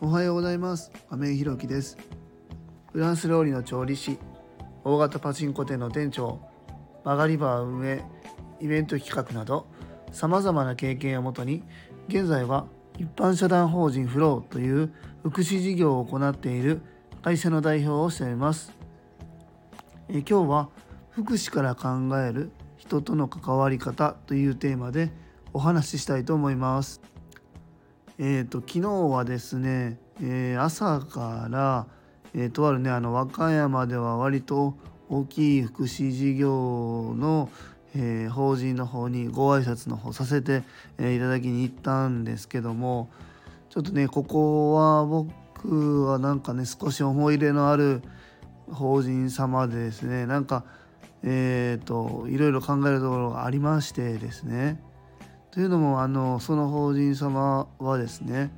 おはようございます。亀井ひろきです。フランス料理の調理師、大型パチンコ店の店長、バガリバー運営、イベント企画などさまざまな経験をもとに、現在は一般社団法人フローという福祉事業を行っている会社の代表をしています。今日は福祉から考える人との関わり方というテーマでお話ししたいと思います。昨日はですね、朝から、とあるね和歌山では割と大きい福祉事業の、法人の方にご挨拶の方させて、いただきに行ったんですけども、ちょっとねここは僕はなんかね少し思い入れのある法人様でですね、なんかいろいろ考えるところがありましてですね。というのもその法人様はですね、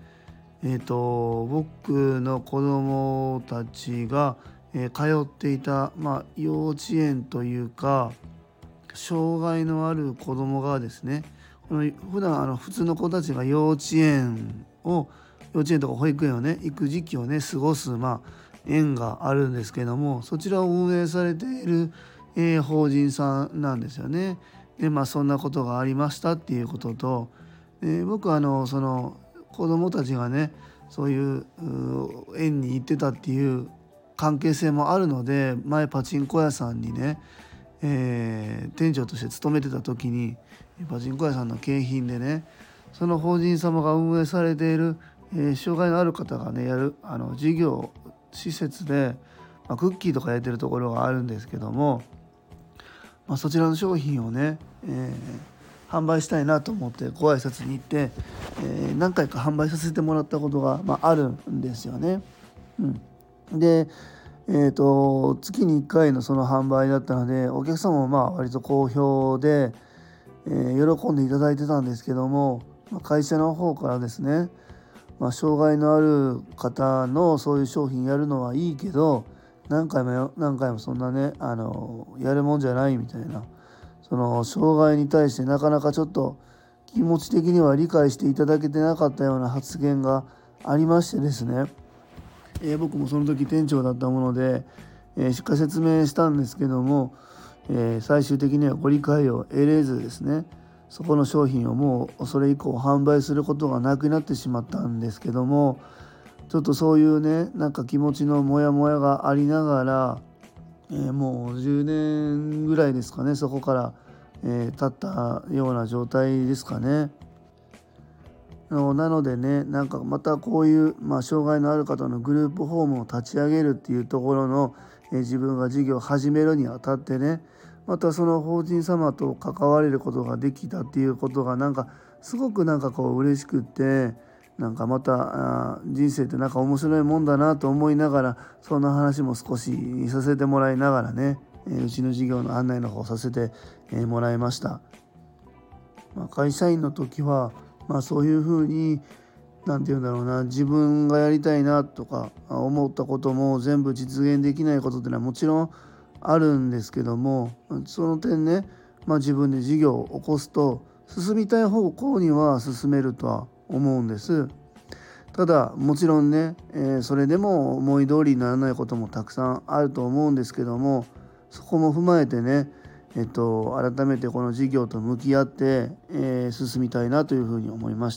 僕の子供たちが、通っていた、幼稚園というか障害のある子供がですね、普段普通の子たちが幼稚園とか保育園をね行く時期をね過ごす、園があるんですけども、そちらを運営されている、法人さんなんですよね。でそんなことがありましたっていうことと、僕はその子どもたちがねそういう園に行ってたっていう関係性もあるので、前パチンコ屋さんにね、店長として勤めてた時にパチンコ屋さんの景品でね、その法人様が運営されている、障害のある方がねやる事業施設で、クッキーとかやってるところがあるんですけども、そちらの商品をね、販売したいなと思ってご挨拶に行って、何回か販売させてもらったことが、あるんですよね。で、月に1回のその販売だったので、お客様も割と好評で、喜んでいただいてたんですけども、会社の方からですね、障害のある方のそういう商品やるのはいいけど、何回もそんなねやるもんじゃないみたいな、その障害に対してなかなかちょっと気持ち的には理解していただけてなかったような発言がありましてですね、僕もその時店長だったもので、しっかり説明したんですけども、最終的にはご理解を得れずですね、そこの商品をもうそれ以降販売することがなくなってしまったんですけども、ちょっとそういうねなんか気持ちのモヤモヤがありながら、もう10年ぐらいですかね、そこから、経ったような状態ですかね。なのでね、なんかまたこういう、障害のある方のグループホームを立ち上げるっていうところの、自分が事業を始めるにあたってね、またその法人様と関われることができたっていうことがなんかすごくなんかこう嬉しくって、なんかまた人生ってなんか面白いもんだなと思いながら、そんな話も少しさせてもらいながらね、うちの事業の案内の方させてもらいました。会社員の時はそういうふうになんて言うんだろうな、自分がやりたいなとか思ったことも全部実現できないことってのはもちろんあるんですけども、その点ね、自分で事業を起こすと進みたい方向には進めるとは思うんです。ただもちろんね、それでも思い通りにならないこともたくさんあると思うんですけども、そこも踏まえてね、改めてこの事業と向き合って、進みたいなというふうに思いました。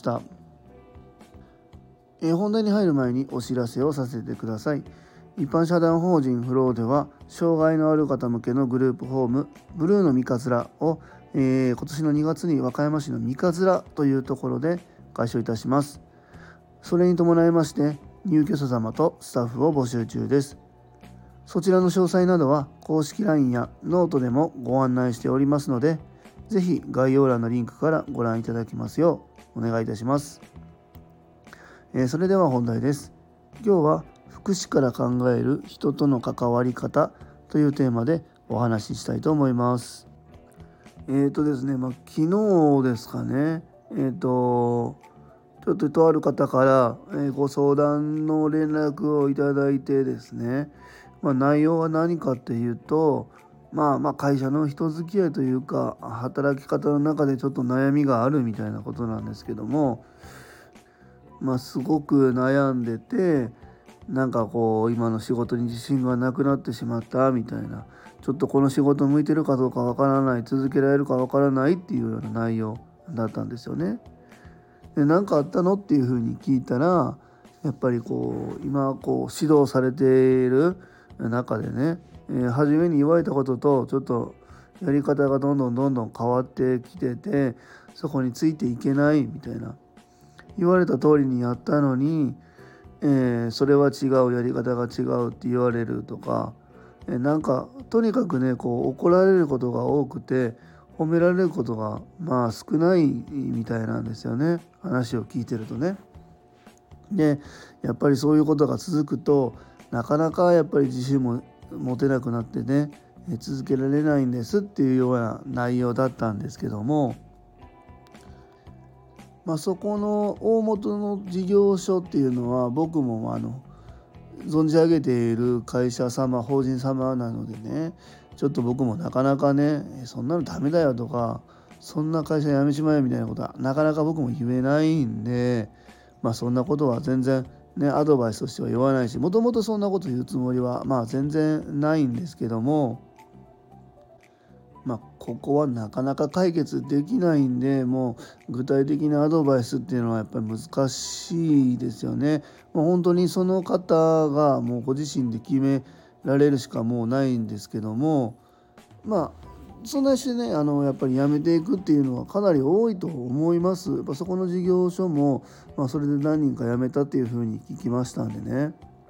本題に入る前にお知らせをさせてください。一般社団法人フローでは障害のある方向けのグループホームブルーの三日面を、今年の2月に和歌山市の三日面というところで開所いたします。それに伴いまして入居者様とスタッフを募集中です。そちらの詳細などは公式 LINE やノートでもご案内しておりますので、ぜひ概要欄のリンクからご覧いただきますようお願いいたします。それでは本題です。今日は福祉から考える人との関わり方というテーマでお話ししたいと思います。ですね、昨日ですかね、ちょっととある方から、ご相談の連絡をいただいてですね、内容は何かっていうと、会社の人付き合いというか働き方の中でちょっと悩みがあるみたいなことなんですけども、 すごく悩んでて、なんかこう今の仕事に自信がなくなってしまったみたいな、ちょっとこの仕事向いてるかどうかわからない、続けられるかわからないっていうような内容だったんですよね。で、何かあったのっていうふうに聞いたら、やっぱりこう今こう指導されている中でね、初めに言われたこととちょっとやり方がどんどん変わってきてて、そこについていけないみたいな、言われた通りにやったのに、それは違う、やり方が違うって言われるとか、なんかとにかくねこう怒られることが多くて、褒められることが少ないみたいなんですよね、話を聞いてるとね。でやっぱりそういうことが続くと、なかなかやっぱり自信も持てなくなってね、続けられないんですっていうような内容だったんですけども、そこの大元の事業所っていうのは僕も存じ上げている会社様、法人様なのでね、ちょっと僕もなかなかね、そんなのダメだよとか、そんな会社辞めちまえみたいなことはなかなか僕も言えないんで、そんなことは全然ねアドバイスとしては言わないし、もともとそんなこと言うつもりは全然ないんですけども、ここはなかなか解決できないんで、もう具体的なアドバイスっていうのはやっぱり難しいですよね。もう本当にその方がもうご自身で決められるしかもうないんですけども、そんなしてねやっぱり辞めていくっていうのはかなり多いと思います。やっぱそこの事業所も、それで何人か辞めたっていうふうに聞きましたんでね。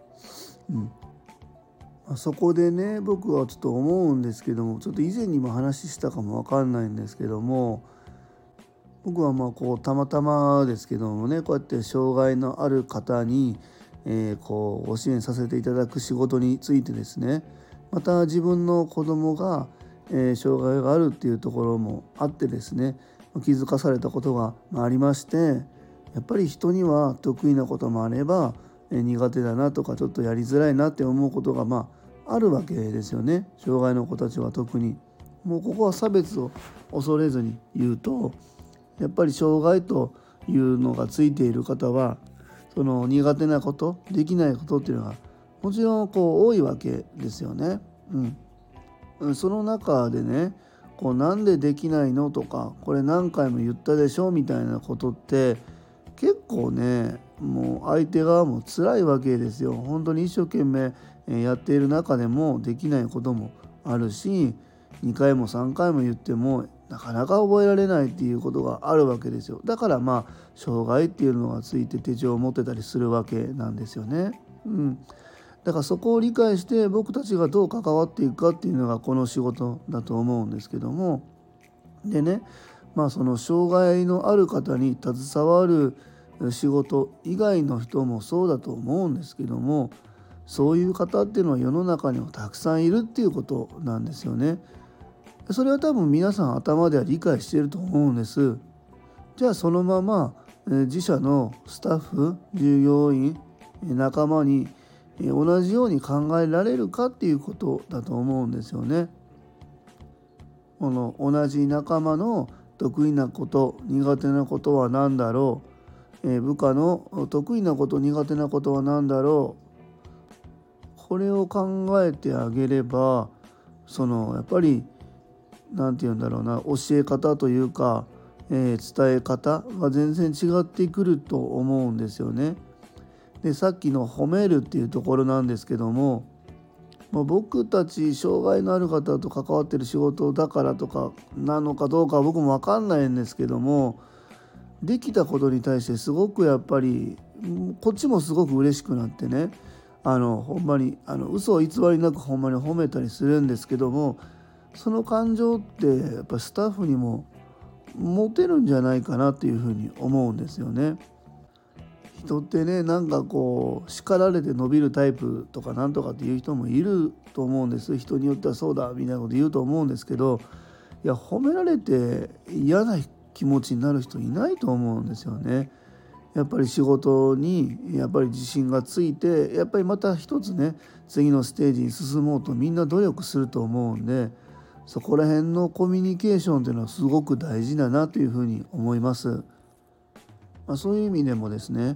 そこでね僕はちょっと思うんですけども、ちょっと以前にも話したかもわかんないんですけども、僕はこうたまたまですけどもね、こうやって障害のある方に、こうご支援させていただく仕事についてですね、また自分の子供が、障害があるっていうところもあってですね、気づかされたことがありまして、やっぱり人には得意なこともあれば、苦手だなとかちょっとやりづらいなって思うことがあるわけですよね、障害の子たちは特に。もうここは差別を恐れずに言うと、やっぱり障害というのがついている方は、その苦手なこと、できないことっていうのがもちろんこう多いわけですよね。その中でね、こうなんでできないのとか、これ何回も言ったでしょみたいなことって結構ね、もう相手側も辛いわけですよ。本当に一生懸命やっている中でもできないこともあるし、2回も3回も言ってもなかなか覚えられないっていうことがあるわけですよ。だから障害っていうのがついて手帳を持ってたりするわけなんですよね。だからそこを理解して僕たちがどう関わっていくかっていうのがこの仕事だと思うんですけども、でね、その障害のある方に携わる仕事以外の人もそうだと思うんですけども、そういう方っていうのは世の中にはたくさんいるっていうことなんですよね。それは多分皆さん頭では理解していると思うんです。じゃあそのまま自社のスタッフ、従業員、仲間に同じように考えられるかっていうことだと思うんですよね。この同じ仲間の得意なこと、苦手なことは何だろう、部下の得意なこと、苦手なことは何だろう、これを考えてあげれば、やっぱりなんて言うんだろうな、教え方というか、伝え方が全然違ってくると思うんですよね。でさっきの褒めるっていうところなんですけども、僕たち障害のある方と関わってる仕事だからとかなのかどうかは僕も分かんないんですけども、できたことに対してすごくやっぱりこっちもすごく嬉しくなってね、ほんまに嘘偽りなくほんまに褒めたりするんですけども、その感情ってやっぱスタッフにも持てるんじゃないかなっていうふうに思うんですよね。人ってね、なんかこう叱られて伸びるタイプとかなんとかっていう人もいると思うんです。人によってはそうだみたいなこと言うと思うんですけど、いや褒められて嫌な気持ちになる人いないと思うんですよね。やっぱり仕事にやっぱり自信がついて、やっぱりまた一つね次のステージに進もうとみんな努力すると思うんで、そこら辺のコミュニケーションというのはすごく大事だなというふうに思います。そういう意味でもですね、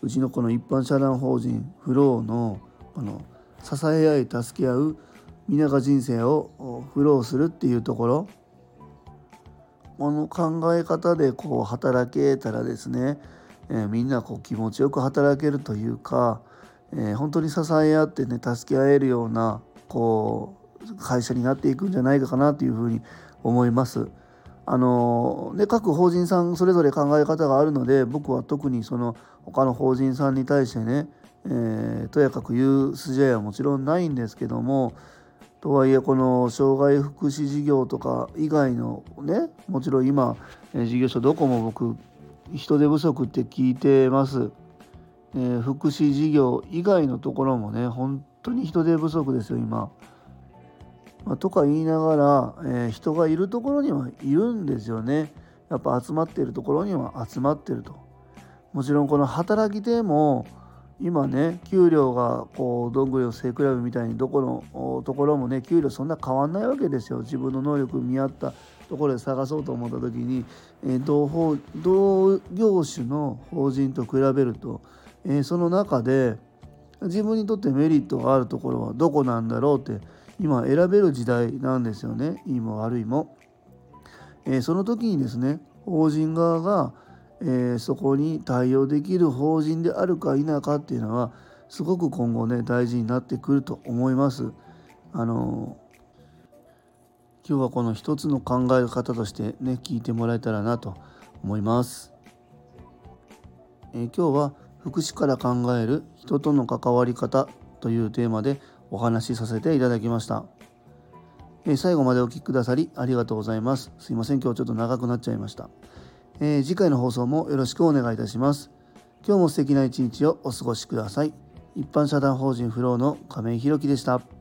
うちのこの一般社団法人フローのこの支え合い助け合う皆が人生をフローするっていうところ、この考え方で働けたらですね、みんな気持ちよく働けるというか、本当に支え合ってね助け合えるような会社になっていくんじゃないかなというふうに思います。各法人さんそれぞれ考え方があるので、僕は特にその他の法人さんに対してね、とやかく言う筋合いはもちろんないんですけども、とはいえこの障害福祉事業とか以外のね、もちろん今事業所どこも僕人手不足って聞いてます。福祉事業以外のところもね本当に人手不足ですよ今。とか言いながら、人がいるところにはいるんですよね。やっぱ集まっているところには集まっていると。もちろんこの働き手も今ね給料がどんぐりの背比べみたいにどこのところもね給料そんな変わんないわけですよ。自分の能力見合ったところで探そうと思った時に、同業種の法人と比べると、その中で自分にとってメリットがあるところはどこなんだろうって今選べる時代なんですよね。いいも悪いも。その時にですね法人側が、そこに対応できる法人であるか否かっていうのはすごく今後ね大事になってくると思います。今日はこの一つの考え方としてね聞いてもらえたらなと思います。今日は福祉から考える人との関わり方というテーマでお話しさせていただきました。最後までお聞きくださりありがとうございます。すいません、今日ちょっと長くなっちゃいました。次回の放送もよろしくお願いいたします。今日も素敵な一日をお過ごしください。一般社団法人フローの亀井宏樹でした。